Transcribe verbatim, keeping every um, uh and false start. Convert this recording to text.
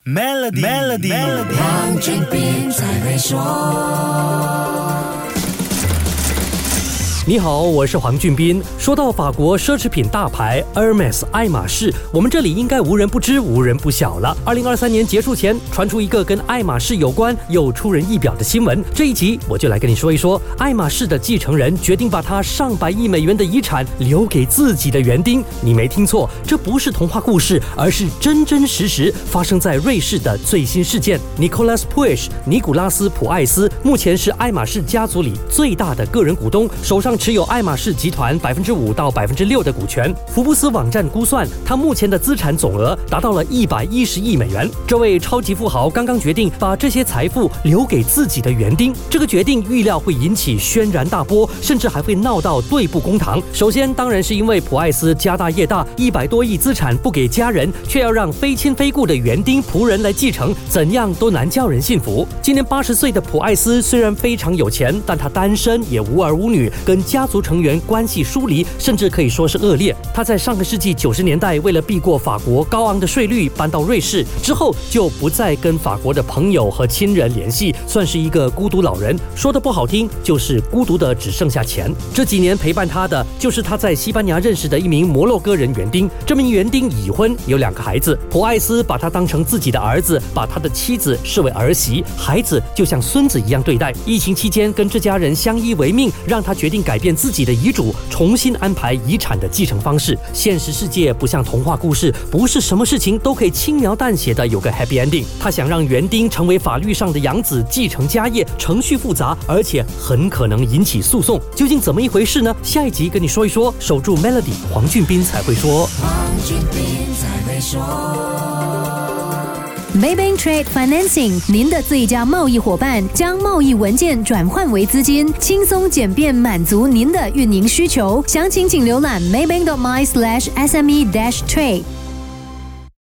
Melody， Melody， 黄俊斌才会说。 你好，我是黄俊斌。说到法国奢侈品大牌 Hermes 爱马仕，我们这里应该无人不知，无人不晓了。二零二三年结束前，传出一个跟爱马仕有关又出人意表的新闻。这一集我就来跟你说一说，爱马仕的继承人决定把他上百亿美元的遗产留给自己的园丁。你没听错，这不是童话故事，而是真真实实发生在瑞士的最新事件。Nicolas Puech 尼古拉斯普艾斯目前是爱马仕家族里最大的个人股东，手上持有爱马仕集团百分之五到百分之六的股权。福布斯网站估算，他目前的资产总额达到了一百一十亿美元。这位超级富豪刚刚决定把这些财富留给自己的园丁，这个决定预料会引起轩然大波，甚至还会闹到对簿公堂。首先，当然是因为普艾斯家大业大，一百多亿资产不给家人，却要让非亲非故的园丁仆人来继承，怎样都难叫人信服。今年八十岁的普艾斯虽然非常有钱，但他单身，也无儿无女，跟家族成员关系疏离，甚至可以说是恶劣。他在上个世纪九十年代为了避过法国高昂的税率，搬到瑞士之后就不再跟法国的朋友和亲人联系，算是一个孤独老人。说的不好听，就是孤独的只剩下钱。这几年陪伴他的就是他在西班牙认识的一名摩洛哥人园丁。这名园丁已婚，有两个孩子。普艾斯把他当成自己的儿子，把他的妻子视为儿媳，孩子就像孙子一样对待。疫情期间跟这家人相依为命，让他决定改变自己的遗嘱，重新安排遗产的继承方式。现实世界不像童话故事，不是什么事情都可以轻描淡写的有个 happy ending。他想让园丁成为法律上的养子，继承家业，程序复杂，而且很可能引起诉讼。究竟怎么一回事呢？下一集跟你说一说。守住 Melody， 黄俊斌才会说。 黄俊斌才会说。 Maybank Trade Financing， 您的最佳贸易伙伴，将贸易文件转换为资金，轻松简便满足您的运营需求。详情请浏览 maybank dot my slash S M E dash trade。